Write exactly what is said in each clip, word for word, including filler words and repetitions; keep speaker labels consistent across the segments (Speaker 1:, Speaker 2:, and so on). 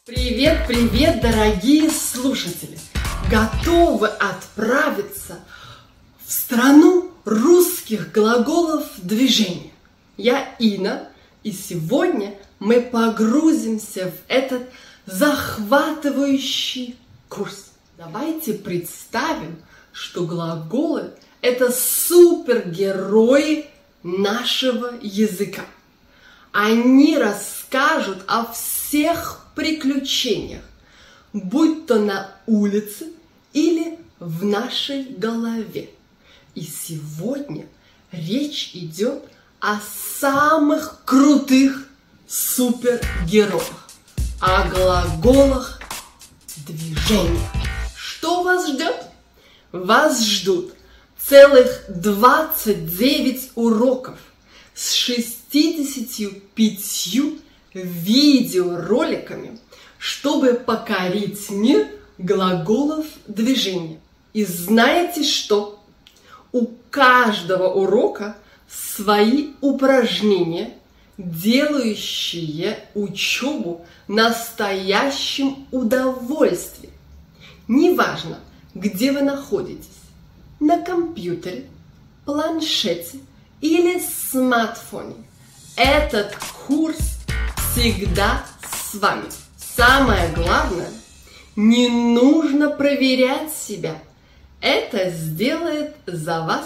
Speaker 1: Привет, привет, дорогие слушатели! Готовы отправиться в страну русских глаголов движения? Я Инна, и сегодня мы погрузимся в этот захватывающий курс. Давайте представим, что глаголы – это супергерои нашего языка. Они расскажут о всех приключениях, будь то на улице или в нашей голове. И сегодня речь идет о самых крутых супергероях, о глаголах движения. Что вас ждет? Вас ждут целых двадцать девять уроков с шестьюдесятью пятью видеороликами, чтобы покорить мир глаголов движения. И знаете что? У каждого урока свои упражнения, делающие учебу настоящим удовольствием. Неважно, где вы находитесь, на компьютере, планшете или смартфоне. Этот курс всегда с вами. Самое главное, не нужно проверять себя. Это сделает за вас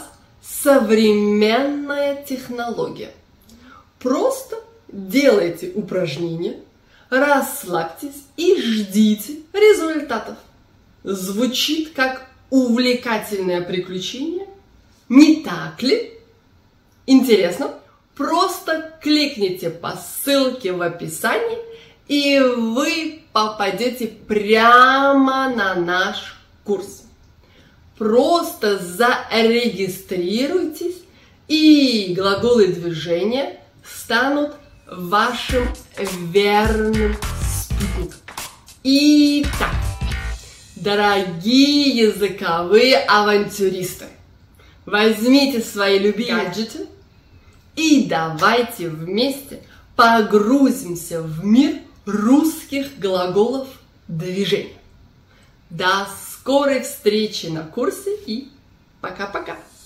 Speaker 1: современная технология. Просто делайте упражнения, расслабьтесь и ждите результатов. Звучит как увлекательное приключение? Не так ли? Интересно? Просто кликните по ссылке в описании, и вы попадете прямо на наш курс. Просто зарегистрируйтесь, и глаголы движения станут вашим верным спутником. Итак, дорогие языковые авантюристы, возьмите свои любимые гаджеты и давайте вместе погрузимся в мир русских глаголов движения. До скорой встречи на курсе и пока-пока!